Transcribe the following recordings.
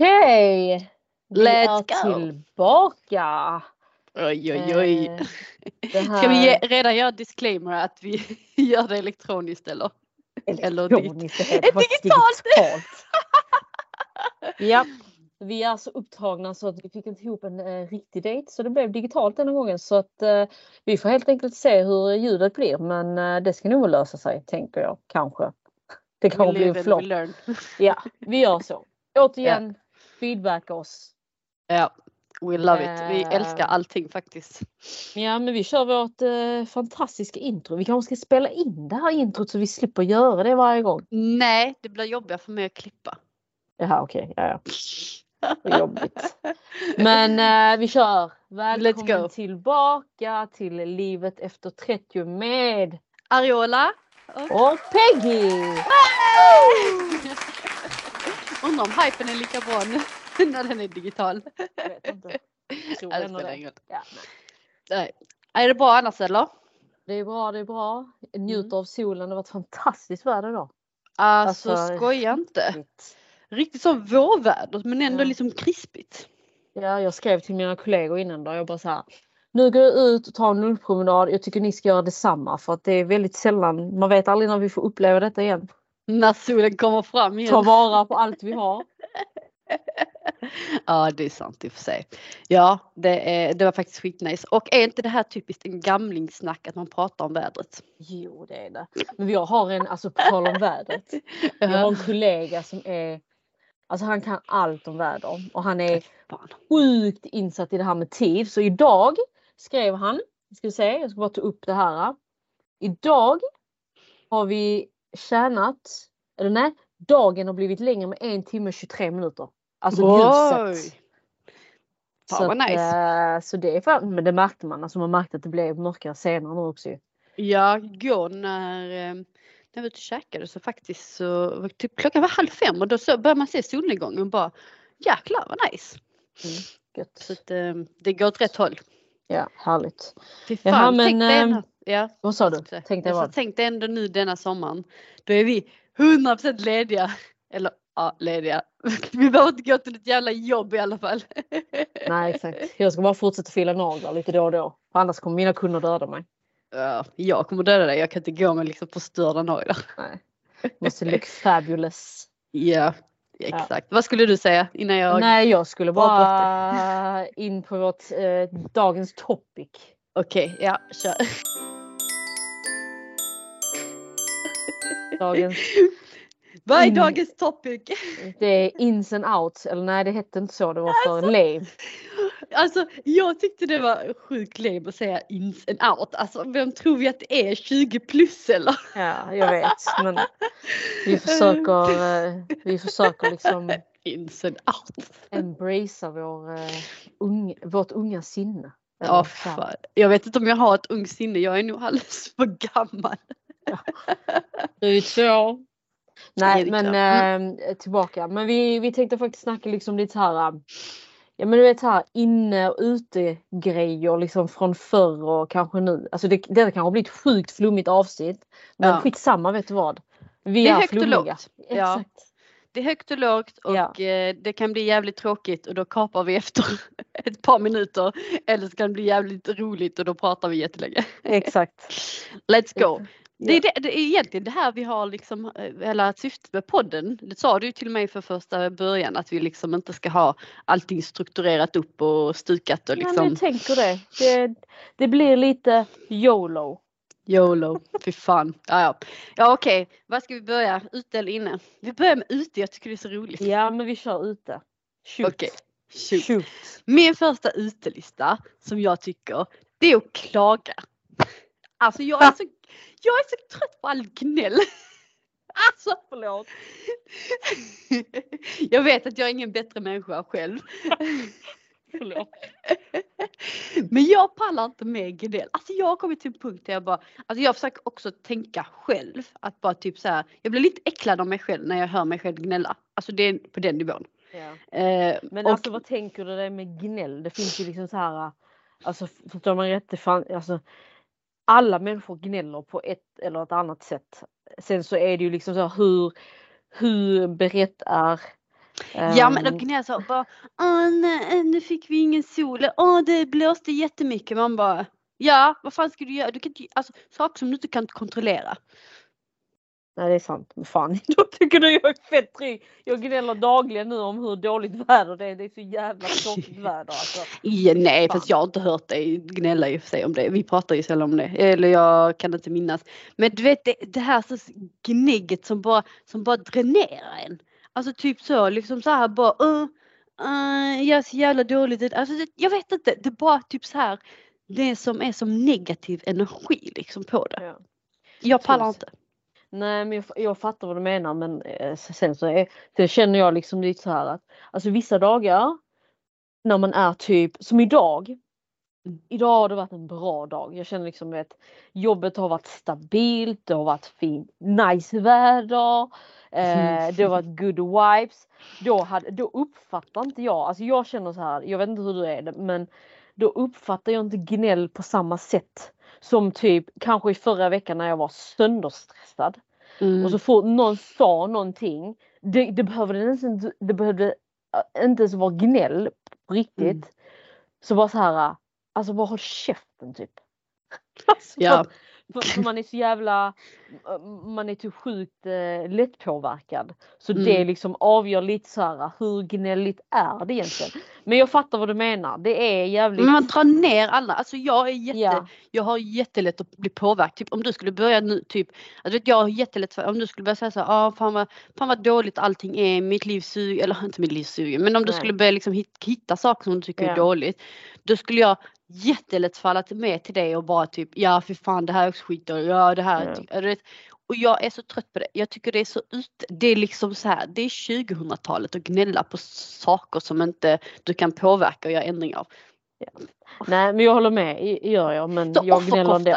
Okej, vi Let's är go. tillbaka. Oj. Det här... Ska vi redan göra disclaimer att vi gör det elektroniskt eller? Elektroniskt, det heter digitalt. digitalt. Ja, vi är så upptagna så att vi fick inte ihop en riktig dejt. Så det blev digitalt denna gången. Så att vi får helt enkelt se hur ljudet blir. Men det ska nog lösa sig, tänker jag. Kanske. Det kan bli en flopp. Ja, vi gör så. Återigen, feedbacka oss. Ja, we love it. Vi älskar allting faktiskt. Ja, men vi kör vårt fantastiska intro. Vi kanske ska spela in det här introt så vi slipper göra det varje gång. Nej, det blir jobbigt för mig att klippa. Jaha, okej. Ja. Vad jobbigt. Men vi kör. Välkommen tillbaka till Livet efter 30 med Ariola och Peggy. Undrar om hypen är lika bra nu när den är digital. Jag vet inte. Nej. Är det bra annars eller? Det är bra. Njut av solen. Det har varit fantastiskt väder idag. Alltså skoja inte. Riktigt så vårväder men ändå liksom krispigt. Ja, jag skrev till mina kollegor innan då. Jag bara så här. Nu går jag ut och tar en lunchpromenad. Jag tycker ni ska göra detsamma. För att det är väldigt sällan. Man vet aldrig när vi får uppleva detta igen. När solen kommer fram igen. Ta vara på allt vi har. Ja, det är sant i och för sig. Ja, det var faktiskt skitnice. Och är inte det här typiskt en gamlingssnack att man pratar om vädret? Jo, det är det. Men jag har på tal om vädret. Jag har en kollega som är, alltså han kan allt om väder. Och han är sjukt insatt i det här med tid. Så idag skrev han, jag ska bara ta upp det här. Idag har vi dagen har blivit längre med 1 timme och 23 minuter. Alltså ljuset. Fan vad nice. Så det är fan, men det märkte man. Alltså man märkte att det blev mörkare senare nu också. Ja, igår när vi var ute och käkade så faktiskt så typ klockan var 4:30 och då så började man se solnedgången och bara jäklar vad nice. Gött. Så att, det går åt rätt håll. Ja, härligt. Fy fan, vad sa du? Tänkte ändå nu denna sommaren. Då är vi 100% lediga. Eller lediga. Vi behöver inte gå till ett jävla jobb i alla fall. Nej, exakt. Jag ska bara fortsätta fila naglar lite då och då. För annars kommer mina kunder döda mig. Ja, jag kommer döda dig. Jag kan inte gå med liksom förstörda naglar. Nej. Måste look fabulous. Ja, exakt. Vad skulle du säga innan jag... Nej, jag skulle bara in på vårt dagens topic. Okej, ja, kör. Vad är dagens topic? Det är ins and outs. Eller nej, det hette inte så. Det var för lame. Alltså, jag tyckte det var sjukt lame att säga ins and out. Alltså, vem tror vi att det är? 20 plus eller? Ja, jag vet. Men vi försöker liksom ins and out. Embracea vårt unga sinne. Ja, fan. Jag vet inte om jag har ett ungt sinne. Jag är nog alldeles för gammal. Ja. Du är 2. Nej, men tillbaka. Men vi tänkte faktiskt snacka liksom lite här. Ja, men du vet här inne och ute grejer liksom från förr och kanske nu. Alltså det kanske har blivit sjukt flummigt avsnitt. Men skitsamma, vet du vad? Vi är högt och lågt. Ja. Exakt. Det är högt och lågt och det kan bli jävligt tråkigt och då kapar vi efter ett par minuter. Eller så kan det bli jävligt roligt och då pratar vi jättelänge. Exakt. Let's go. Det är egentligen det här vi har liksom, hela syftet med podden. Det sa du ju till mig för första början att vi liksom inte ska ha allting strukturerat upp och stukat och liksom. Ja, jag tänker det. Det blir lite YOLO. Fy fan. Ja, okej. Vad ska vi börja? Ute eller inne? Vi börjar med ute, jag tycker det är så roligt. Ja, men vi kör ute. Okej. Shoot. Min första utelista som jag tycker, det är att klaga. Alltså jag är så trött på all gnäll. Alltså förlåt. Jag vet att jag är ingen bättre människa själv. Förlåt. Men jag pallar inte med gnäll. Alltså jag har kommit till en punkt där jag försöker också tänka själv. Att bara typ så här, jag blir lite äcklad av mig själv när jag hör mig själv gnälla. Alltså det är på den nivån. Ja. Men alltså vad tänker du dig med gnäll? Det finns ju liksom så här, alltså förstår man rätt? Alltså alla människor gnäller på ett eller ett annat sätt. Sen så är det ju liksom så här, hur berett är Ja, men då gnäller så bara, nej, nu fick vi ingen sol. Det blåste jättemycket. Man bara, ja, vad fan ska du göra? Du kan inte, alltså, saker som du inte kan kontrollera. Nej, det är sant. Men fan, då tycker du jag är fett trygg. Jag gnäller dagligen nu om hur dåligt väder det är. Det är så jävla tråkigt väder alltså. Ja, nej, Fan. fast jag har inte hört dig gnälla i och för sig om det. Vi pratar ju sällan om det. Eller jag kan inte minnas. Men du vet, det här så gnigget som bara dränerar en. Alltså typ så, liksom så här bara, jag är så jävla dåligt. Alltså jag vet inte, det är bara typ så här, det som är som negativ energi liksom på det. Ja. Jag pallar inte. Nej, men jag fattar vad du menar, men sen så känner jag liksom lite så här att alltså vissa dagar när man är typ som idag. Idag har det varit en bra dag. Jag känner liksom att jobbet har varit stabilt, det har varit fint, nice väder, det har varit good vibes. Då uppfattar inte jag, alltså jag känner så här, jag vet inte hur du är det, men då uppfattar jag inte gnäll på samma sätt som typ kanske i förra veckan när jag var sönderstressad. Och så fort någon sa någonting, det behövde inte ens vara gnäll på riktigt. Så bara så här, alltså bara håll käften typ. Alltså, Ja. för man är så jävla, man är typ sjukt lättpåverkad. Så det liksom avgör lite så här, hur gnälligt är det egentligen. Men jag fattar vad du menar. Det är jävligt. Men man drar ner alla. Alltså jag har jättelätt att bli påverkad. Typ om du skulle börja nu typ, alltså jag har jättelätt för, om du skulle börja säga så här, fan vad dåligt allting är, mitt liv suger, eller inte mitt liv suger, men om du skulle börja liksom hitta saker som du tycker är dåligt, då skulle jag jättelätt falla med till dig och bara typ, ja för fan det här är också skit och ja det här och jag är så trött på det. Jag tycker det är så det är liksom så här, det är 2000-talet att gnälla på saker som inte du kan påverka och göra ändring av. Ja. Nej, men jag håller med, gör jag, men så jag gnäller ändå.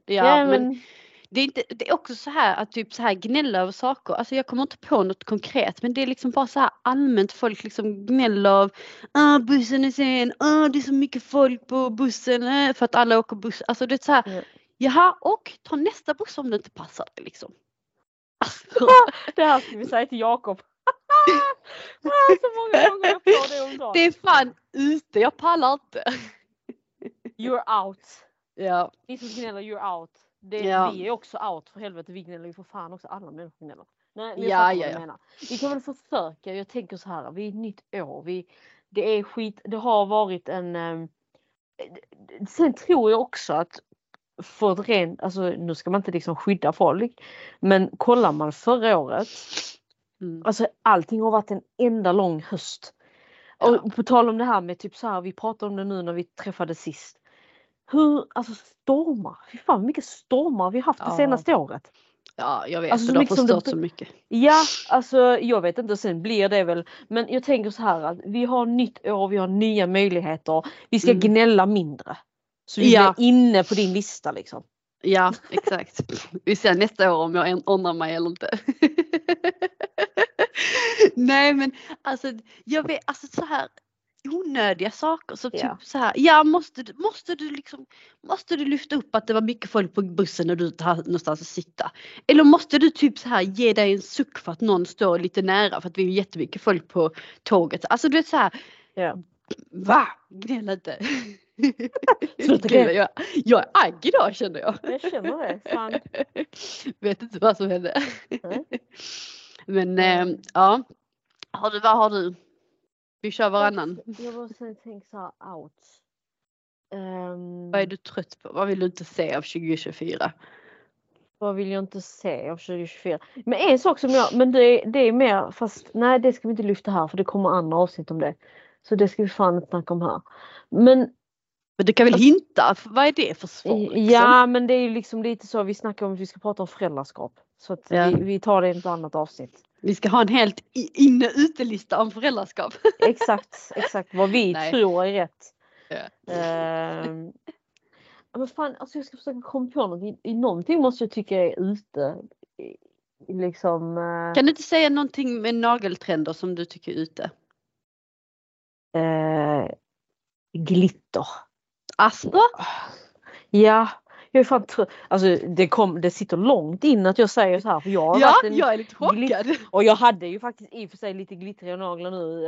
Men det är också så här att typ så här gnälla över saker. Alltså jag kommer inte på något konkret, men det är liksom bara så här allmänt folk liksom gnäller av bussen är sen, det är så mycket folk på bussen för att alla åker buss. Alltså det är så här, jaha, och ta nästa buss om det inte passar dig liksom. Alltså. Det här ska vi säga till Jakob. Så många gånger jag får det om dagen. Det är fan ute, jag pallar inte. You're out. Ja. Ni som gnäller, you're out. Vi är också out för helvete. Vi gnäller ju för fan också. Alla människor gnäller. Nej, men jag fattar vad du menar. Vi kan väl försöka. Jag tänker så här. Vi är ett nytt år. Det är skit. Det har varit en... sen tror jag också att för ett rent... Alltså nu ska man inte liksom skydda folk. Men kollar man förra året. Alltså allting har varit en enda lång höst. Och på tal om det här med typ så här. Vi pratade om det nu när vi träffades sist. Alltså stormar. Fy fan mycket stormar vi haft det senaste året. Ja, jag vet. Alltså, det har förstört så mycket. Ja, alltså jag vet inte. Sen blir det väl. Men jag tänker så här att vi har nytt år. Vi har nya möjligheter. Vi ska gnälla mindre. Så vi är inne på din lista liksom. Ja, exakt. Vi ser nästa år om jag ångrar mig eller inte. Nej, men alltså jag vet, alltså så här onödiga saker så typ så här, måste du lyfta upp att det var mycket folk på bussen och du inte har någonstans att sitta, eller måste du typ så här ge dig en suck för att någon står lite nära för att vi är jättemycket folk på tåget, alltså du vet så här, va, gnälla inte. Jag är agg idag känner jag. Jag känner det, fan. Vet inte vad som hände. Men ja, vad har du? Vi kör varannan. Jag måste tänka så här out. Vad är du trött på? Vad vill du inte se av 2024? Vad vill jag inte se av 2024? Men en sak som men det är mer, fast nej det ska vi inte lyfta här för det kommer andra avsnitt om det. Så det ska vi fan inte snacka om här. Men du kan väl hinta, vad är det för svar? Liksom? Ja, men det är ju liksom lite så, vi snackar om att vi ska prata om föräldraskap. Så att vi tar det i ett annat avsnitt. Vi ska ha en helt inne-utelista om föräldraskap. Exakt, vad vi tror är rätt. Men fan, alltså jag ska försöka komma på något. I någonting måste jag tycka är ute. Liksom, kan du inte säga någonting med nageltrender som du tycker är ute? Glitter. Alltså? Ja, Jag är fan trött. Alltså det sitter långt in att jag säger så här. För jag har Ja, varit jag är lite chockad. och jag hade ju faktiskt i och för sig lite glittriga naglar nu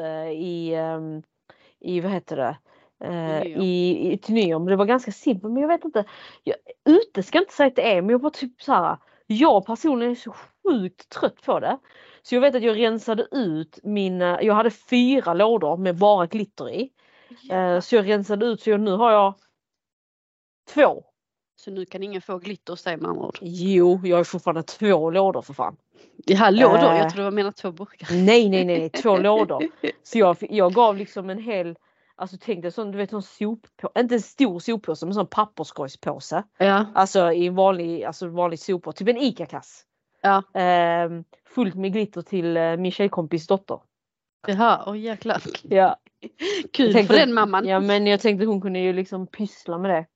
i vad heter det? I till nyår. Men det var ganska simpelt. Men jag vet inte. Ute ska jag inte säga att det är. Men jag var typ så här. Jag personligen är så sjukt trött på det. Så jag vet att jag rensade ut jag hade 4 lådor med bara glitter i. Så jag rensade ut, så nu har jag 2. Så nu kan ingen få glitter, säger man ord. Jo, jag har fortfarande 2 lådor för fan. Det här lådor, jag tror det var menat 2 burkar. Nej, 2 lådor. Så jag gav liksom en hel, alltså tänk dig sån, du vet, en inte en stor soppåse, men sån papperskorgspåse. Ja. Alltså i en vanlig soppåse, typ en ICA-kass. Ja. Fullt med glitter till min tjejkompis dotter. Jaha, jäklar. Ja. Kul för den mamman. Ja, men jag tänkte hon kunde ju liksom pyssla med det.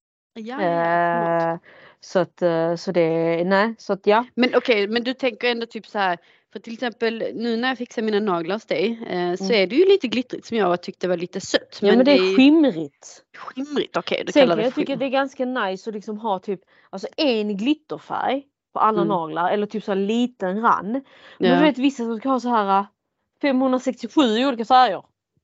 Ja. Så att ja. Men okej, men du tänker ändå typ så här, för till exempel nu när jag fixar mina naglar hos dig så är det ju lite glittrigt som jag tyckte var lite sött. Ja, men det är skimrigt. Skimrigt, okej. Sen kan jag tycka det är ganska nice att liksom ha typ en glitterfärg på alla naglar, eller typ så en liten rand. Men du vet vissa som ska ha så här 567 olika färger.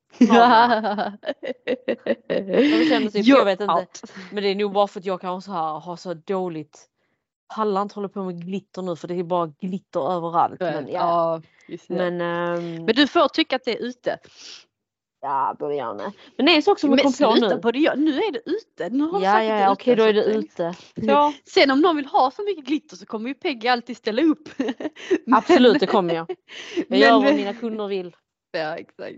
Jag vet inte. Men det är nog bara för att jag kan ha så dåligt. Pallar inte hålla på med glitter nu, för det är bara glitter överallt. Men, ja. Men du får tycka att det är ute. Ja, borde gärna. Men det är en sak som jag kom på nu. På det, nu är det ute. Nu har ja, okej, då är det ute. Ja. Sen om någon vill ha så mycket glitter så kommer ju Peggy alltid ställa upp. Absolut, det kommer jag. Jag gör vad mina kunder vill. Ja, exakt.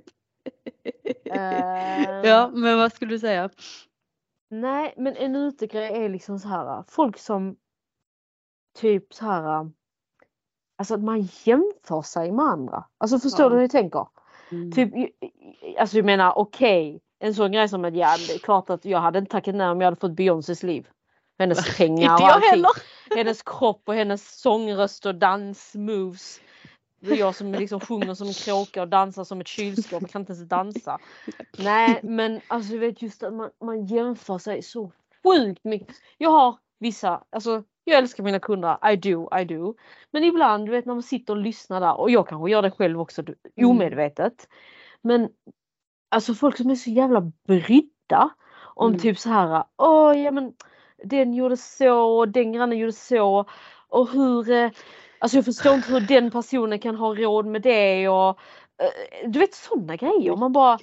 Ja, men vad skulle du säga? Nej, men en utegrej är liksom så här. Folk som typ så här. Alltså att man jämför sig med andra. Alltså förstår du hur jag tänker? Typ, alltså jag menar okej. En sån grej som att det är klart att jag hade inte tackat nej om jag hade fått Beyoncés liv. Hennes pengar och allting. Hennes kropp och hennes sångröst och dansmoves. Det är jag som liksom sjunger som en kråka och dansar som ett kylskåp. Jag kan inte ens dansa. Nej, men alltså jag vet just att man jämför sig så sjukt mycket. Jag har vissa, alltså jag älskar mina kunder. I do. Men ibland, du vet, när man sitter och lyssnar där. Och jag kanske gör det själv också omedvetet. Men alltså folk som är så jävla brydda om typ så här. Ja men den gjorde så och den grannen gjorde så. Och hur... Alltså jag förstår inte hur den personen kan ha råd med det. Och du vet, sådana grejer. Man bara...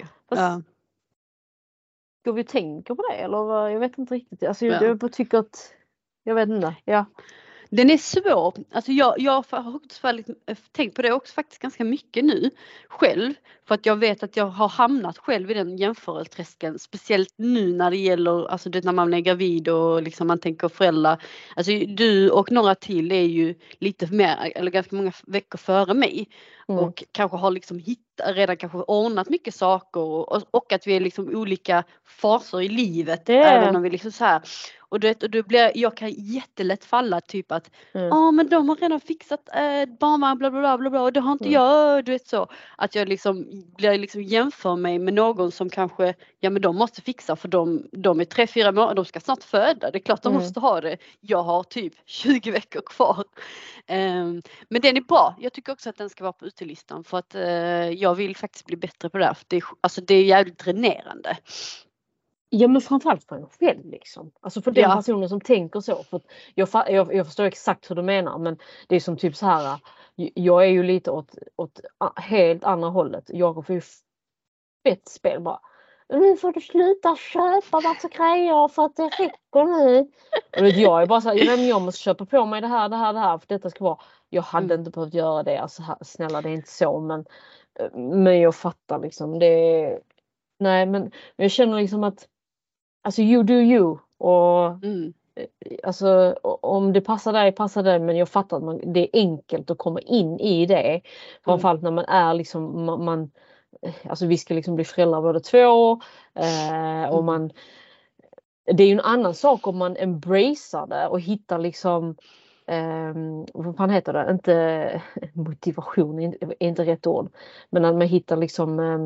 Går vi och tänker på det? Eller jag vet inte riktigt. Alltså jag bara tycker att... Jag vet inte. Ja. Den är svår. Alltså jag har tänkt på det också faktiskt ganska mycket nu själv. För att jag vet att jag har hamnat själv i den jämförelseträsken. Speciellt nu när det gäller, alltså det, när man är gravid och liksom man tänker föräldrar. Alltså du och några till är ju lite mer, eller ganska många veckor före mig. Och kanske har liksom redan kanske ordnat mycket saker. Och att vi är liksom olika faser i livet. Även om vi liksom så här. Och jag kan jättelätt falla typ att men de har redan fixat barnvagn bla bla bla bla och det har inte jag, du vet så. Att jag liksom blir liksom jämför mig med någon som kanske, ja men de måste fixa för de är 3-4 månader, de ska snart föda, det är klart de måste ha det. Jag har typ 20 veckor kvar. Men den är bra, jag tycker också att den ska vara på utelistan för att jag vill faktiskt bli bättre på det här. För det är jävligt dränerande. Ja, men framförallt för en själv liksom. Alltså för den personen som tänker så. För jag förstår exakt hur du menar. Men det är som typ så här. Jag är ju lite åt helt andra hållet. Jag får ju fett spel bara. Nu får du sluta köpa massa grejer för att det räcker nu. Och jag är bara så här. Jag måste köpa på mig det här. För detta ska vara. Jag hade inte behövt göra det. Alltså snälla, det är inte så. Men jag fattar liksom. Nej, men jag känner liksom att alltså you do you och alltså om det passar dig, men jag fattar att det är enkelt att komma in i det. Framförallt när man är liksom alltså vi ska liksom bli föräldrar båda två och det är ju en annan sak om man embracear det och hittar liksom vad fan heter det? Inte motivation är inte rätt ord, men att man hittar liksom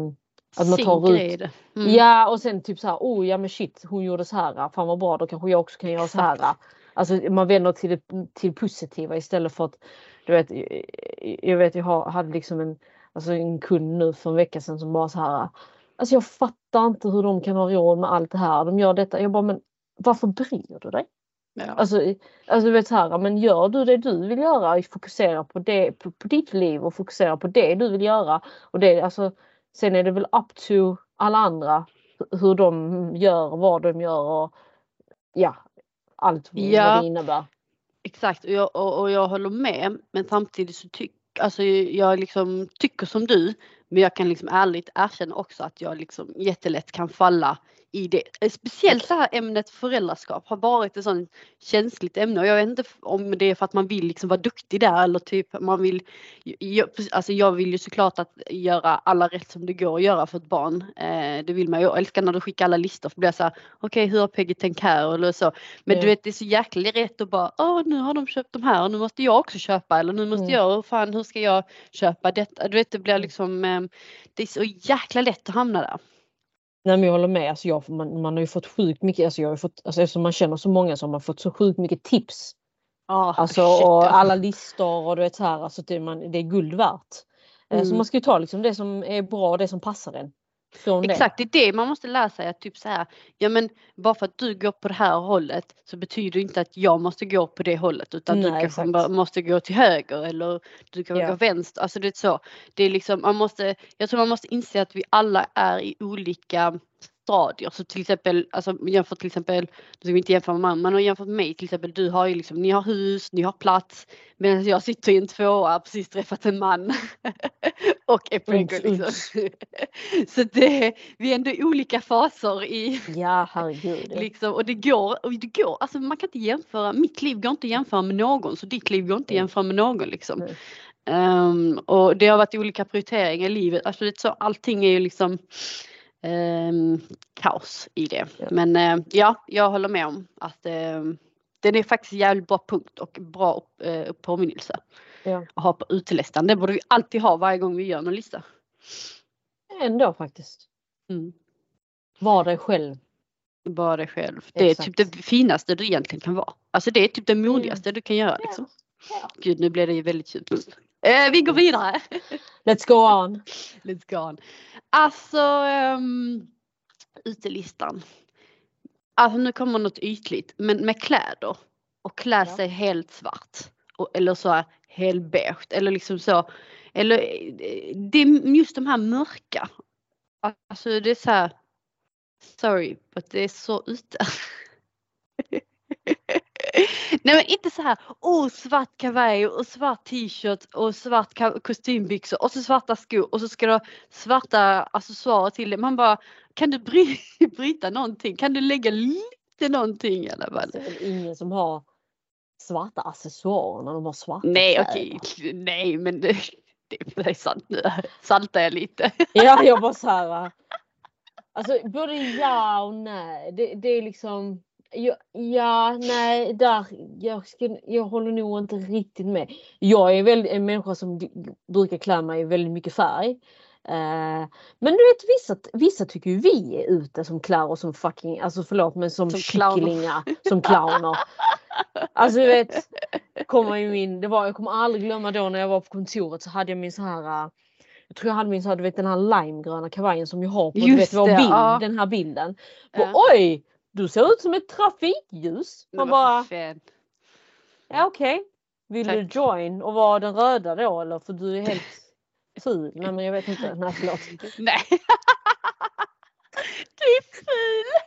Att man tar grej ut. det. Ja, och sen typ så här, ja men shit, hon gjorde så här. Fan vad bra, då kanske jag också kan göra så här. Alltså man vänder till positiva istället för att, du vet, jag hade liksom en kund nu för en vecka sedan som bara så här, alltså jag fattar inte hur de kan ha råd med allt det här. De gör detta. Jag bara, men varför bryr du dig? Ja. Alltså du vet så här, men gör du det du vill göra, fokusera på det, på ditt liv och fokusera på det du vill göra. Och det, alltså, sen är det väl up to alla andra hur de gör, vad de gör och ja, allt vad det innebär. Exakt, och jag håller med, men samtidigt så jag liksom tycker som du, men jag kan liksom ärligt erkänna också att jag liksom jättelätt kan falla i det. Speciellt så här ämnet föräldraskap har varit ett sånt känsligt ämne, och jag vet inte om det är för att man vill liksom vara duktig där, eller typ man vill, jag vill ju såklart att göra alla rätt som det går att göra för ett barn. Det vill man ju. Jag älskar när du skickar alla listor, för blir jag så här, okej, hur har Peggy tänkt här eller så. Men du vet, det är så jäkla rätt att bara, nu har de köpt de här och nu måste jag också köpa, eller nu måste jag, hur ska jag köpa detta? Du vet, det blir liksom, det är så jäkla lätt att hamna där. Nej, men jag håller med. Alltså man har ju fått sjukt mycket, eftersom man känner så många, så har man fått så sjukt mycket tips. Och alla listor och du vet så här, alltså det är guld värt. Så man ska ju ta liksom det som är bra och det som passar en. Exakt, det är det man måste lära sig, att typ så här, ja men bara för att du går på det här hållet så betyder det inte att jag måste gå på det hållet, utan du kanske måste gå till höger eller du kan gå vänster, alltså det är så. Det är liksom, jag tror man måste inse att vi alla är i olika stadier. Så till exempel, alltså jämfört till exempel, du ska inte jämföra med man, men jämfört med mig till exempel, du har ju liksom, ni har hus, ni har plats, medan jag sitter i en tvåa, precis träffat en man och är pregnant liksom. Så vi är ändå i olika faser i, herregud. liksom, och det går, alltså man kan inte jämföra, mitt liv går inte att jämföra med någon, så ditt liv går inte att jämföra med någon liksom. Och det har varit olika prioriteringar i livet, alltså det är så, allting är ju liksom kaos i det. Men jag håller med om att den är faktiskt en jävligt bra punkt och bra påminnelse att ha på utelistan. Det borde vi alltid ha varje gång vi gör någon lista. Ändå faktiskt. Var dig själv. Bara dig själv. Det är typ det finaste du egentligen kan vara. Alltså det är typ det modigaste du kan göra liksom. Gud, nu blev det ju väldigt djupt. Vi går vidare. Let's go on. Let's go on. Alltså utelistan. Alltså nu kommer något ytligt, men med kläder och klä sig helt svart eller så här helt beige eller liksom så, eller det är just de här mörka. Alltså det är så här, sorry, but det är så ute. Nej, men inte så här, svart kavaj och svart t-shirt och svart kostymbyxor och så svarta skor och så ska du ha svarta accessoarer till det. Man bara, kan du bryta någonting? Kan du lägga lite någonting i alla fall? Det är väl ingen som har svarta accessoarer när de har svarta kläder. Nej, men det är sant nu. Saltar jag lite. Ja, jag bara så här. Alltså både ja och nej. Det är liksom... nej, där jag håller nog inte riktigt med. Jag är väl en människa som brukar klä mig i väldigt mycket färg. Men du vet, vissa tycker ju vi är ute som klär och som fucking, alltså förlåt, men som kycklingar, som clowner. Alltså du vet, jag kommer aldrig glömma då när jag var på kontoret, så hade jag min så här, jag tror jag hade min så här, du vet den här limegröna kavajen som jag har på, du vet, vår bild, den här bilden. Oj! Du ser ut som ett trafikljus. Man bara... Ja, okej. Vill du join och vara den röda då? Eller för du är helt ful. Nej, men jag vet inte. Nej, förlåt. Nej. Du är ful.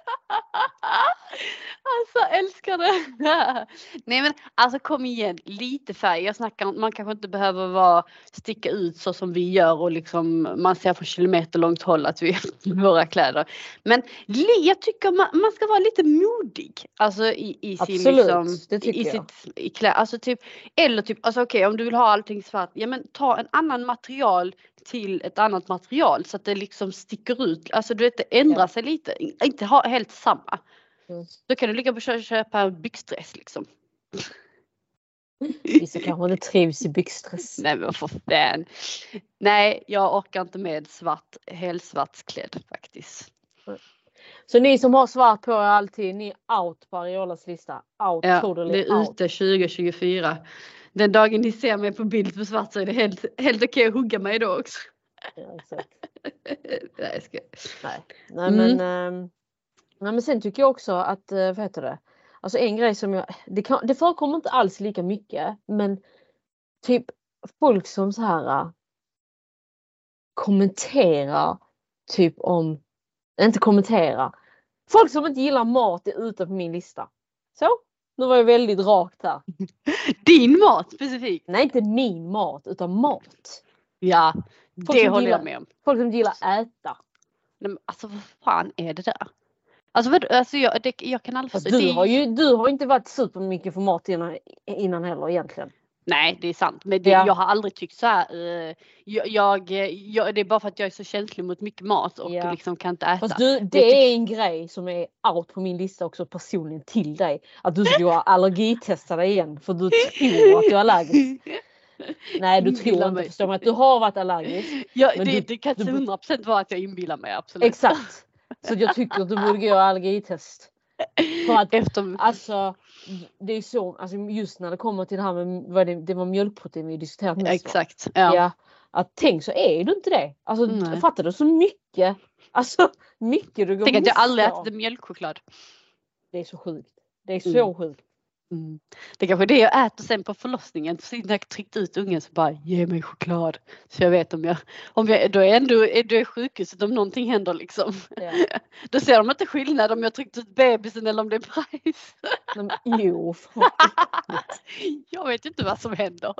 Alltså, älskar det. Nej, men alltså kom igen. Lite färg. Jag snackar om, man kanske inte behöver sticka ut så som vi gör och liksom man ser från kilometer långt håll att vi har våra kläder. Men jag tycker man ska vara lite modig. Alltså i sin liksom, det tycker jag. I kläder. Alltså typ, eller typ, alltså okej, om du vill ha allting svart, ja men ta en annan material till ett annat material så att det liksom sticker ut. Alltså du vet, det ändrar sig lite. Inte ha helt samma. Då kan du lika på köpa en byxdress liksom. Vissa kanske inte trivs i byggstress. Nej men för fan. Nej, jag orkar inte med helsvartsklädd faktiskt. Så ni som har svart på er alltid, ni är out på Ariolas lista. Out, Ja, totally det är out. ute 2024. Den dagen ni ser mig på bild på svart så är det helt okej att hugga mig då också. Ja, exakt. Nej, jag ska. Nej, men sen tycker jag också att, vad heter det? Alltså en grej som det förekommer inte alls lika mycket, men typ folk som så här kommenterar typ inte kommentera. Folk som inte gillar mat är ute på min lista. Så, nu var jag väldigt rakt här. Din mat specifikt? Nej, inte min mat utan mat. Ja, det håller jag med om. Folk som gillar äta. Men alltså vad fan är det där? Alltså jag kan aldrig förstå. Du har inte varit supermycket för mat innan heller egentligen. Nej, det är sant. Men jag har aldrig tyckt så här. Det är bara för att jag är så känslig mot mycket mat och liksom kan inte äta. Fast det är en grej som är out på min lista också personligen till dig. Att du ska allergitesta dig igen för du tror att du är allergisk. Nej, du tror inte, förstår mig, att du har varit allergisk. Ja, det kan 100% vara att jag inbillar mig, absolut. Exakt. Så jag tycker att du borde göra allergitest. För att, alltså, det är så, alltså just när det kommer till det här med det var mjölkprotein vi diskuterat mest. Exakt, ja. Att tänk så är du inte det. Alltså, fattar du så mycket? Alltså, mycket du går tänk att jag aldrig ätit mjölkchoklad. Det är så sjukt. Det är så sjukt. Mm. Det är kanske det jag äter sen på förlossningen. Så när jag tryckt ut ungen så bara ge mig choklad. Så jag vet om jag då är ändå är sjukhuset om någonting händer liksom. Ja. Då ser de inte skillnad om jag tryckt ut bebisen eller om det är bajs. Jo. Jag vet inte vad som händer.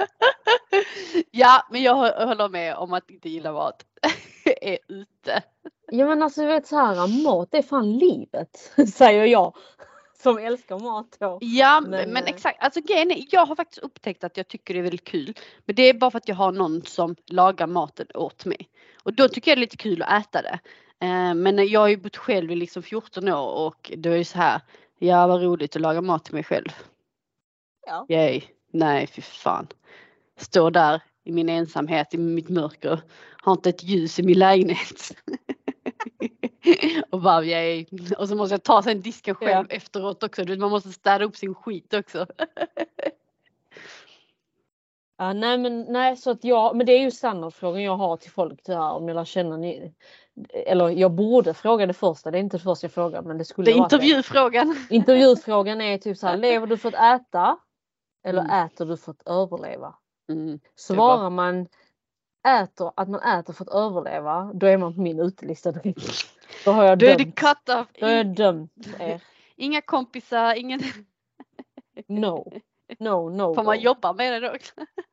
Ja, men jag håller med om att inte gilla mat är ute. Ja men alltså du vet så här, mat är fan livet, säger jag. Som älskar mat då. Ja men exakt, alltså grejen är, jag har faktiskt upptäckt att jag tycker det är väldigt kul. Men det är bara för att jag har någon som lagar maten åt mig. Och då tycker jag det är lite kul att äta det. Men jag har ju bott själv i liksom 14 år och det är ju så här, ja vad roligt att laga mat till mig själv. Ja. Yay. Nej fy fan. Står där i min ensamhet, i mitt mörker. Har inte ett ljus i min lägenhet. Och bara yay. Och så måste jag ta sig en disken själv efteråt också. Man måste städa upp sin skit också. Ja, nej så att men det är ju standardfrågan jag har till folk det här, om jag lär känna ni. Eller jag borde fråga det första, det är inte det första jag frågar, men det skulle vara intervjufrågan. Intervjufrågan är typ så här, lever du för att äta eller äter du för att överleva? Svarar man att man äter för att överleva, då är man på min utelista. Då har jag dömt. Då är jag dömt er. Inga kompisar, ingen... No. Får man jobba med det då också?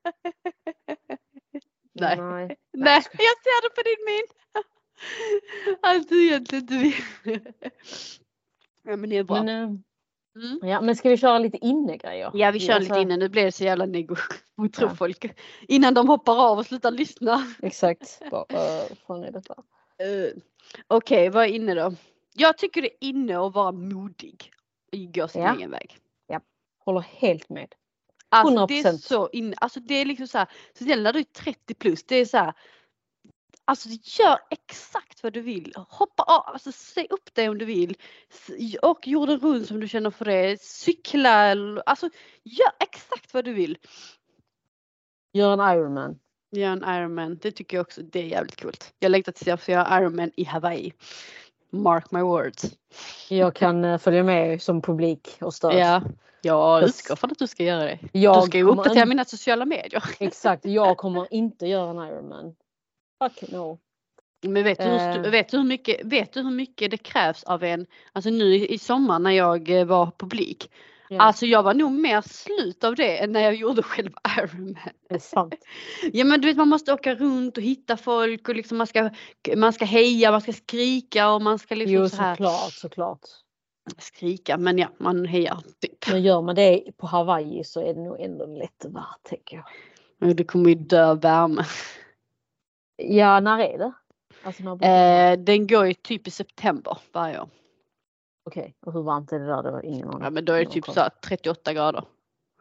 Nej, jag ser det på din min. Allt du egentligen inte vill. Ja men det är bra. Ja men ska vi köra lite inne-grejer? Ja vi kör lite inne, nu blir det så jävla nego. Tror folk. Innan de hoppar av och slutar lyssna. Exakt. Fan är detta? Okej, vad är inne då? Jag tycker det är inne att vara modig. Och gå sin egen väg. Ja, håller helt med. 100%. Alltså det är så inne. Alltså det är liksom så här. Så när du är 30 plus, det är så här. Alltså gör exakt vad du vill. Hoppa av, alltså se upp dig om du vill. Och jorden runt som du känner för det. Cykla, alltså gör exakt vad du vill. Gör en Ironman. Gör en Ironman, det tycker jag också, det är jävligt coolt. Jag längtar tills jag får göra Ironman i Hawaii. Mark my words. Jag kan följa med som publik och stöd. Ja, jag utgår från att du ska göra det. Du ska ju uppdatera mina sociala medier. Exakt, jag kommer inte göra en Ironman. Fuck no. Men vet du hur mycket det krävs av en, alltså nu i sommar när jag var publik. Ja. Alltså jag var nog mer slut av det än när jag gjorde själv Ironman. Det är sant. Ja men du vet man måste åka runt och hitta folk och liksom man ska heja, man ska skrika och man ska liksom så här. Såklart. Skrika, men ja, man hejar typ. Men gör man det på Hawaii så är det nog ändå lätt värt, tänker jag. Men det kommer ju dö värme. Ja, när är det? Alltså, den går ju typ i september varje år. Okej, och hur varmt är det där? Det var ingen aning. Ja, men då är det typ så 38 grader.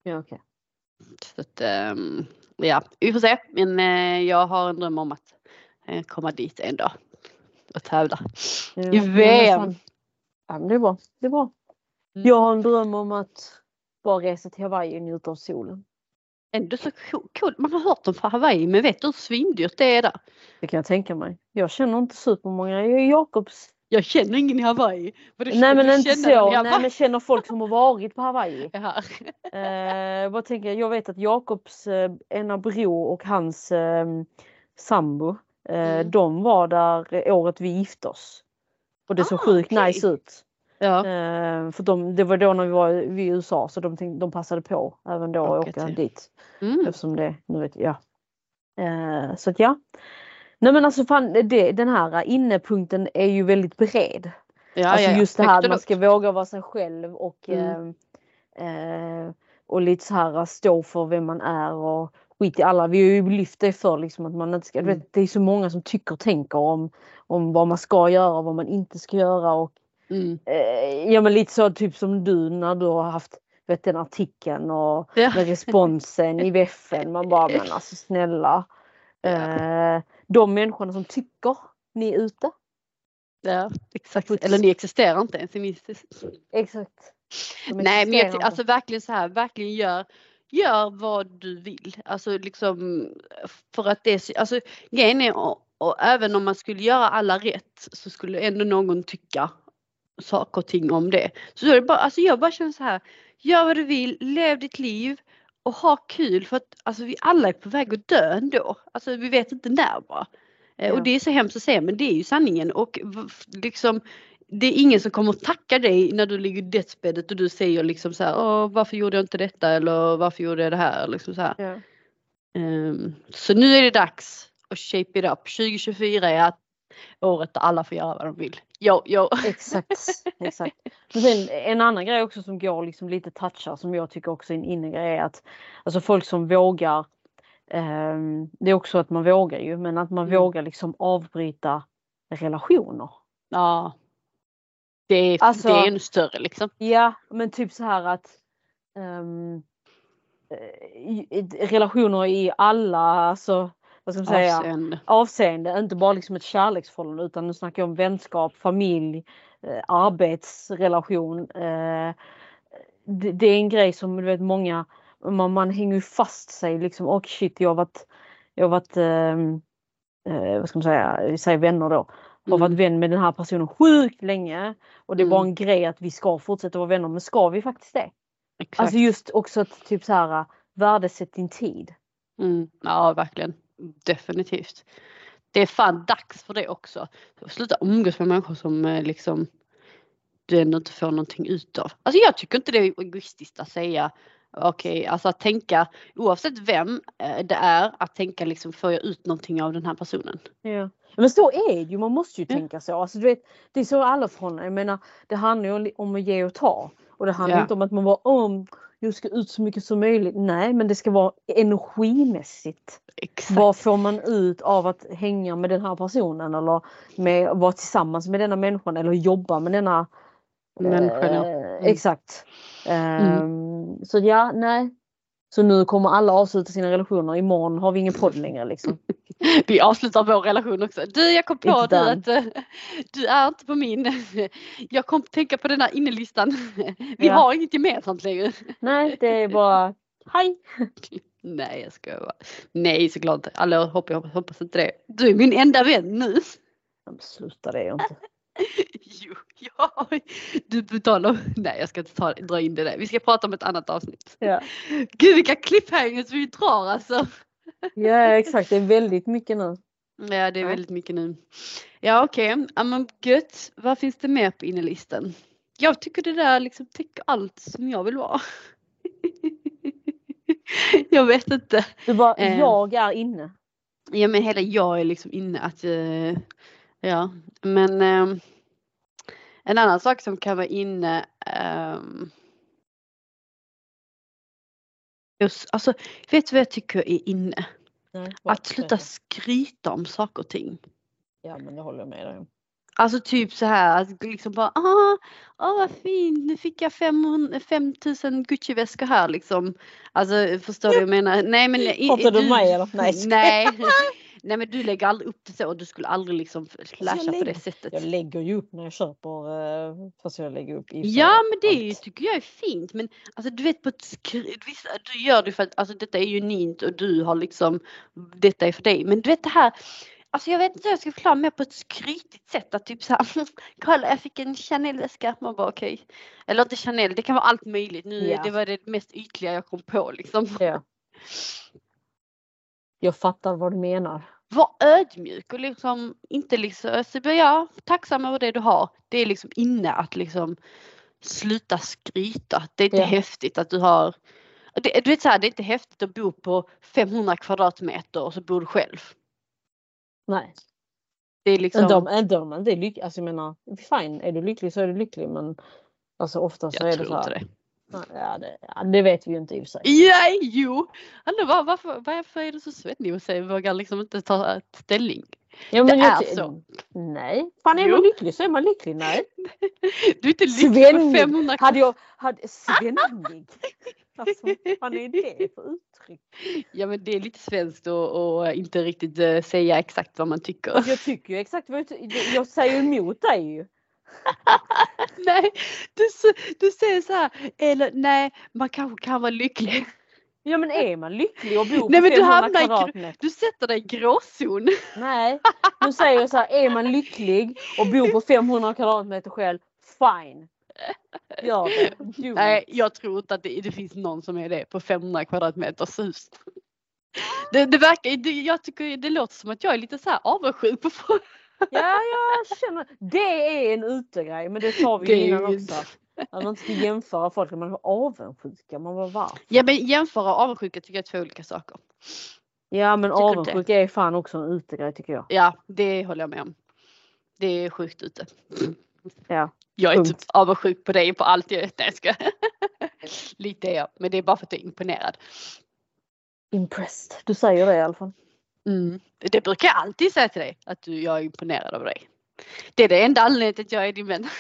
Ja, okej. Så att, ja, vi får se. Men jag har en dröm om att komma dit en dag och tävla i VM. Ja, men det är bra. Det är bra. Mm. Jag har en dröm om att bara resa till Hawaii och njuta av solen. Ändå så cool. Man har hört om Hawaii, men vet du hur svindyrt det är där? Det kan jag tänka mig. Jag känner inte supermånga. Jag är Jakobs. Jag känner ingen i Hawaii. Nej, men inte så. Nej, men känner folk som har varit på Hawaii. Ja. Vad tänker jag? Jag vet att Jakobs ena bror och hans sambo, de var där året vi gifte oss. Och det såg sjukt nice ut. Ja. För det var då när vi var i USA, så de passade på även då att åka dit. Eftersom det, nu vet jag. Så att ja. Nej, men alltså fan, den här innepunkten är ju väldigt bred. Alltså just det här att man ska våga vara sig själv och lite så här stå för vem man är och skit i alla. Vi har ju lyft det för liksom att man inte ska, det är så många som tycker och tänker om vad man ska göra och vad man inte ska göra och ja, men lite så typ som du när du har haft den artikeln och med responsen i VFN. Man bara, men alltså snälla. De människorna som tycker ni är ute. Ja, exakt. Eller ni existerar inte ens. Exakt. Nej, men alltså verkligen så här, verkligen gör vad du vill. Alltså liksom för att det, alltså grejen är, och även om man skulle göra alla rätt så skulle ändå någon tycka saker och ting om det. Så är det bara, alltså jag bara känner så här, gör vad du vill, lev ditt liv och ha kul, för att alltså vi alla är på väg att dö ändå. Alltså vi vet inte när bara. Och det är så hemskt att säga, men det är ju sanningen. Och liksom, det är ingen som kommer att tacka dig när du ligger i dödsbäddet och du säger liksom så här, varför gjorde jag inte detta eller varför gjorde jag det här liksom så här. Ja. Så nu är det dags att shape it up. 2024 är året där alla får göra vad de vill. Jo. Exakt. Men sen, en annan grej också som går liksom lite touchar, som jag tycker också är en innegrej, är att alltså folk som vågar, det är också att man vågar ju, men att man vågar liksom avbryta relationer. Ja. Det är ännu större liksom. Ja, men typ så här att relationer i alla, alltså vad ska man säga, avseende, inte bara liksom ett kärleksförhållande, utan nu snackar jag om vänskap, familj, arbetsrelation. Det är en grej som du vet många, man hänger ju fast sig liksom, och shit, jag har varit vad ska man säga, vi säger vänner då, har varit vän med den här personen sjukt länge och det är bara en grej att vi ska fortsätta vara vänner, men ska vi faktiskt det? Exakt. Alltså just också att typ så här, värdesätt din tid. Ja, verkligen. Definitivt. Det är fan dags för det också. Sluta umgås med människor som liksom du ändå inte får någonting utav. Alltså jag tycker inte det är egoistiskt att säga okej, alltså att tänka oavsett vem det är, att tänka liksom, får jag ut någonting av den här personen? Ja. Men så är det ju, man måste ju tänka så. Alltså du vet, det är så alla förhållanden. Jag menar, det handlar ju om att ge och ta. Och det handlar inte om att man bara, jag ska ut så mycket som möjligt. Nej, men det ska vara energimässigt. Exakt. Vad får man ut av att hänga med den här personen eller med att vara tillsammans med denna människan eller jobba med denna människan? Exakt. Så ja, nej. Så nu kommer alla avsluta sina relationer. Imorgon har vi ingen podd längre liksom. Vi avslutar vår relation också. Du, jag kom på att du är inte på min. Jag kom tänka på den här innelistan. Vi har inget gemensamt längre. Nej, det är bara hej. Nej, jag ska bara. Nej, såklart inte. Alla hoppas inte det. Du är min enda vän nu. Sluta det inte. Jo, ja. Du betalar. Nej, jag ska inte dra in det där. Vi ska prata om ett annat avsnitt. Ja. Gud, vilka cliffhangers vi drar alltså. Ja, exakt. Det är väldigt mycket nu. Ja, det är väldigt mycket nu. Ja, okej. Ja, men gött. Vad finns det mer på innelistan? Jag tycker det där liksom täcker allt som jag vill vara. Jag vet inte. Du bara, jag är inne. Ja, men hela jag är liksom inne. Att, ja, men en annan sak som kan vara inne. Alltså, vet du vad jag tycker är inne? Nej, att sluta skryta om saker och ting. Ja, men det håller jag med dig om. Alltså typ så här, att liksom bara, vad fint, nu fick jag 5000 Gucci-väskor här liksom. Alltså förstår du vad jag menar? Nej men Pratar du mig eller? Nej. Nej men du lägger aldrig upp det så, du skulle aldrig liksom flasha på det sättet. Jag lägger ju upp när jag köper, fast jag lägger upp i ja men det tycker jag är fint, men alltså du vet på ett vissa, du gör det för att alltså detta är ju unikt och du har liksom, detta är för dig, men du vet det här. Alltså jag vet inte hur jag ska förklara mer på ett skrytigt sätt. Att typ såhär, kolla jag fick en Chanel-väska. Man bara okej. Eller inte Chanel, det kan vara allt möjligt. Nu det var det mest ytliga jag kom på liksom. Ja. Jag fattar vad du menar. Var ödmjuk och liksom inte liksom, alltså, ja, tacksam över det du har. Det är liksom inne att liksom sluta skryta. Det är inte häftigt att du har, du vet såhär, det är inte häftigt att bo på 500 kvadratmeter och så bor du själv. Nej. Det är liksom... Det är lycklig. Alltså jag menar, fine, är du lycklig så är du lycklig. Men alltså ofta så är det så här. Det vet vi ju inte i och för sig. Ja, jo. Alltså, varför är du så svettig och vågar liksom inte ta ställning? Ja, men det är så. Nej. Fan, är man lycklig så är man lycklig. Nej. Du är inte lycklig på 500 svennig. Alltså, vad är det för uttryck? Ja men det är lite svenskt och inte riktigt säga exakt vad man tycker. Jag tycker ju exakt vad jag säger emot dig ju. Nej, du säger så här, eller nej, man kanske kan vara lycklig. Ja men är man lycklig och bor på 500 kvadratmeter? Du sätter dig i gråzon. Nej, nu säger jag så här, är man lycklig och bor på 500 kvadratmeter själv, fine. Gör det. Nej, jag tror inte att det finns någon som är det på 500 kvadratmeters hus. Det verkar, jag tycker det låter som att jag är lite så här avundsjuk på folk. Ja, jag känner, det är en utegrej, men det tar vi innan också. Att man inte ska jämföra folk, man har avundsjuka, man var varför. Ja, men jämföra och avundsjuka tycker jag är två olika saker. Ja, men avundsjuka är fan också en utegrej tycker jag. Ja, det håller jag med om. Det är sjukt ute. Ja. Jag är typ avundsjuk på dig på allt jag ska. Lite är jag, men det är bara för att jag är imponerad. Impressed, du säger det i alla fall. Mm. Det brukar jag alltid säga till dig, att jag är imponerad av dig. Det är det enda anledningen till att jag är din vän.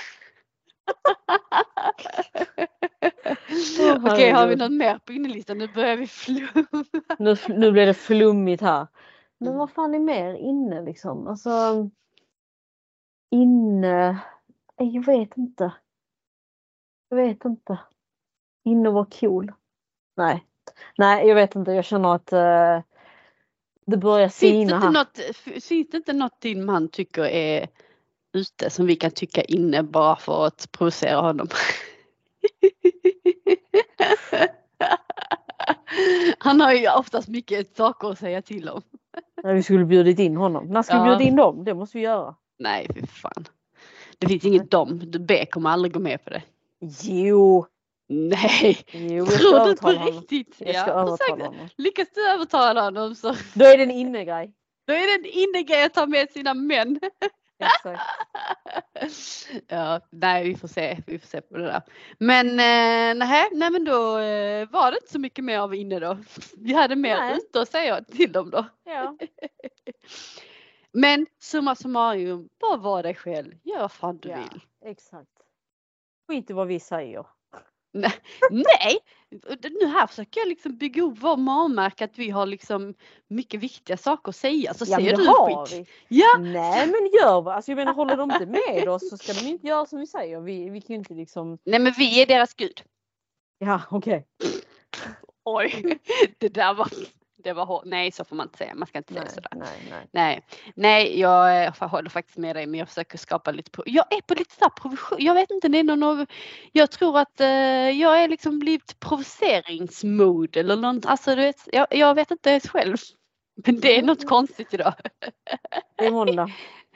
Okej, har vi något mer på innelistan? Nu börjar vi flumma. Nu blir det flummigt här. Men vad fan är mer inne liksom? Alltså inne, jag vet inte. Inne var cool. Nej, jag vet inte. Jag känner att det börjar sina här. Finns det inte något din man tycker är ute som vi kan tycka inne bara för att provocera honom? Han har ju oftast mycket saker att säga till om. När vi skulle bjudit in honom. När ska vi bjuda in dem? Det måste vi göra. Nej, fy fan. Det finns inget dom. B kommer aldrig gå med på det. Jo. Nej. Jo, tror du på riktigt? Jag ska övertala honom. Lyckas du övertala honom så. Då är det en innegrej. Då är det en innegrej att ta med sina män. Exakt. Ja, nej vi får se på det där. Men nej men då var det inte så mycket mer av inne då. Vi hade mer ute att säga till dem då. Ja. Men summa summarum, bara var dig själv. Gör vad fan du vill. Exakt. Skit i vad vi säger. Nej, nu här försöker jag liksom bygga upp vår varumärke att vi har liksom mycket viktiga saker att säga. Så säger du skit. Ja. Nej men gör alltså jag menar håller de inte med oss så ska de inte göra som vi säger. Vi kan ju inte liksom. Nej men vi är deras gud. Ja okej. Oj, det var hårt. Nej så får man inte säga. Man ska inte säga sådär. Nej, jag håller faktiskt med dig men jag försöker skapa lite jag är på lite sådär provision. Jag vet inte, det är någon jag tror att jag är liksom blivit provoceringsmode eller något. Alltså du vet, jag vet inte ens själv. Men det är något konstigt idag. Det är måndag.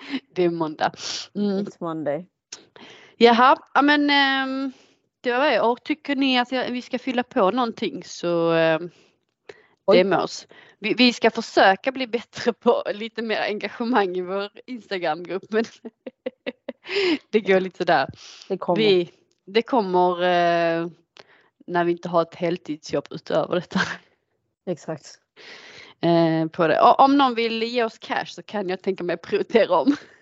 It's Monday. Jaha, men det var det. Och tycker ni att vi ska fylla på någonting så det är med oss. Vi ska försöka bli bättre på lite mer engagemang i vår Instagram-grupp. Men det går lite sådär. Det kommer när vi inte har ett heltidsjobb utöver detta. Exakt. På det. Och om någon vill ge oss cash så kan jag tänka mig prioritera om.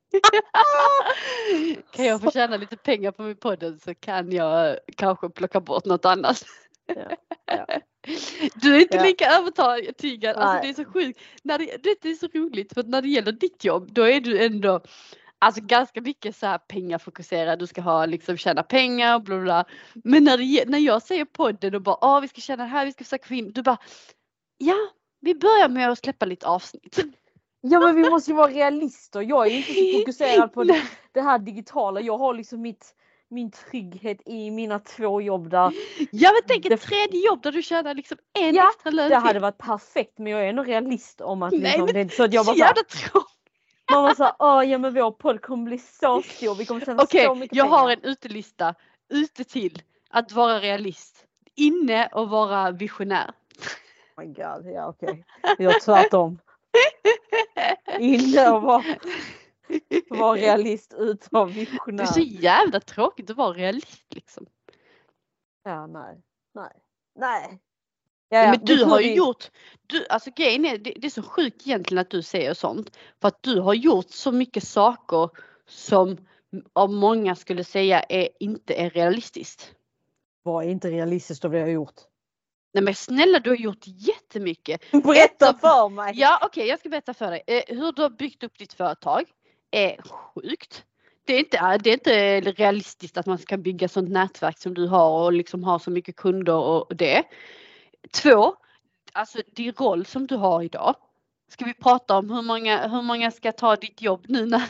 Kan jag få tjäna lite pengar på min podden så kan jag kanske plocka bort något annat. Ja. Du är inte lika övertygad. Alltså Nej. det är så sjukt. Det är så roligt för när det gäller ditt jobb då är du ändå alltså ganska mycket så här pengafokuserad. Du ska ha liksom tjäna pengar och bla bla. Men när jag säger podden och bara vi ska tjäna det här, vi ska försöka få in. Du bara vi börjar med att släppa lite avsnitt. Ja, men vi måste ju vara realister. Jag är inte så fokuserad på det här digitala. Jag har liksom min trygghet i mina 2 jobb där. Jag vill tänka ett tredje jobb där du tjänar liksom en extra lön. Det hade varit perfekt, men jag är ändå realist om att liksom, men det är så att jag bara jävla tråkigt. man var såhär, men vår podd kommer bli så stor. Vi kommer tjäna så mycket jag pengar. har en utelista. Ute till att vara realist. Inne och vara visionär. Oh my god, ja okej. Jag är tvärtom. Inne och vara realist, ut och vara visionär. Det är så jävla tråkigt att vara realist liksom. Ja, nej. Ja, men du har ju gjort, alltså grejen är, det är så sjukt egentligen att du säger sånt. För att du har gjort så mycket saker som av många skulle säga inte är realistiskt. Vad är inte realistiskt av det jag har gjort? Nej men snälla, du har gjort jättemycket. Berätta för mig! Ja okej, jag ska berätta för dig. Hur du har byggt upp ditt företag är sjukt. Det är inte realistiskt att man ska bygga sånt nätverk som du har och liksom ha så mycket kunder och det. 2, alltså din roll som du har idag. Ska vi prata om hur många ska ta ditt jobb nu när...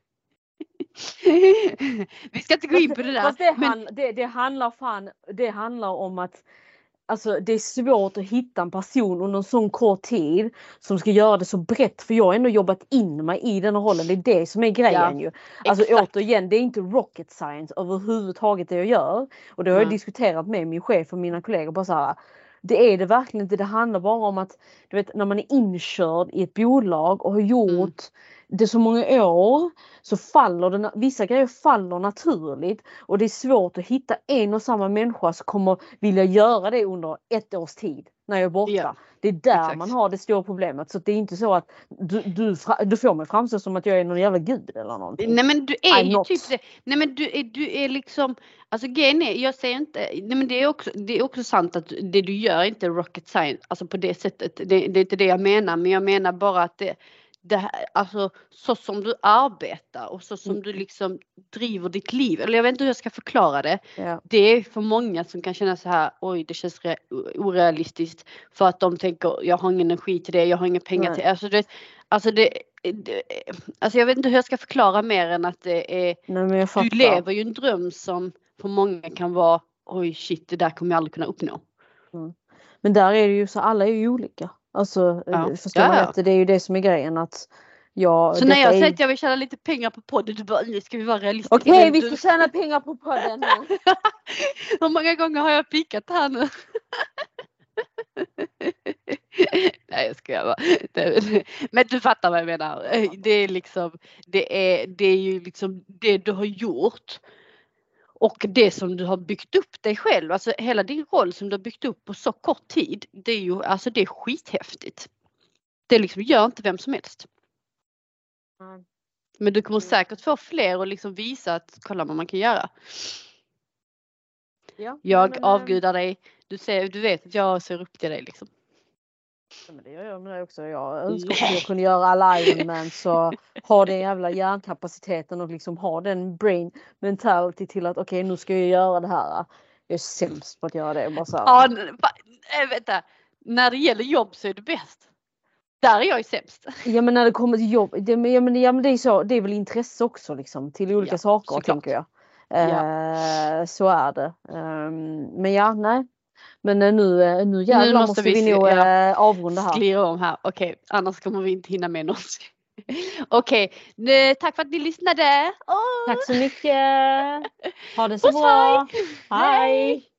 Vi ska inte gå in på det där. Det handlar om att alltså, det är svårt att hitta en person under en sån kort tid som ska göra det så brett. För jag har ändå jobbat in mig i den rollen. Det är det som är grejen ju. Alltså återigen, det är inte rocket science överhuvudtaget det jag gör. Och det har jag diskuterat med min chef och mina kollegor. Bara så här, det är det verkligen inte. Det handlar bara om att du vet, när man är inkörd i ett bolag och har gjort det så många år så vissa grejer faller naturligt och det är svårt att hitta en och samma människa som kommer vilja göra det under 1 års tid när jag är borta. Ja, det är där man har det stora problemet, så det är inte så att du får mig framstå som att jag är någon jävla gud eller någonting. Nej men du är ju typ det. Nej men du är liksom, alltså grejen är, jag säger inte, nej men det är också sant att det du gör är inte rocket science, alltså på det sättet, det är inte det jag menar, men jag menar bara att det här, alltså så som du arbetar och så som du liksom driver ditt liv, eller jag vet inte hur jag ska förklara det. Ja. Det är för många som kan känna så här, oj det känns orealistiskt för att de tänker, jag har ingen energi till det, jag har inga pengar till det. Alltså jag vet inte hur jag ska förklara mer än att det är, du lever ju en dröm som för många kan vara, oj shit det där kommer jag aldrig kunna uppnå. Men där är det ju så, alla är ju olika. Alltså förstår man att det är ju det som är grejen att så när jag säger att jag vill tjäna lite pengar på podden, du bara, nu ska vi vara realistiska. Okej, vi ska tjäna pengar på podden nu. Hur många gånger har jag pikat här nu? Nej jag skojar bara. Men du fattar vad jag menar. Det är liksom, det är ju liksom det du har gjort. Och det som du har byggt upp dig själv, alltså hela din roll som du har byggt upp på så kort tid, det är ju, alltså det är skithäftigt. Det liksom gör inte vem som helst. Men du kommer säkert få fler och liksom visa att kolla vad man kan göra. Jag avgudar dig. Du vet att jag ser upp till dig liksom. Ja, men det gör jag med dig också. Jag önskar att jag kunde göra alla Ironman, så ha den jävla hjärnkapaciteten och liksom ha den brain mentality till att okej, nu ska jag göra det här. Jag är sämst på att göra det. Bara så här. Ja, vänta. När det gäller jobb så är du bäst. Där är jag ju sämst. Ja men när det kommer till jobb, det är så, det är väl intresse också liksom till olika saker tänker jag. Så är det. Men nej. Men nu jävlar måste vi nog avrunda här. Slira om här. Okej, annars kommer vi inte hinna med något. Okej, tack för att ni lyssnade. Tack så mycket. Ha det så bra. Hej.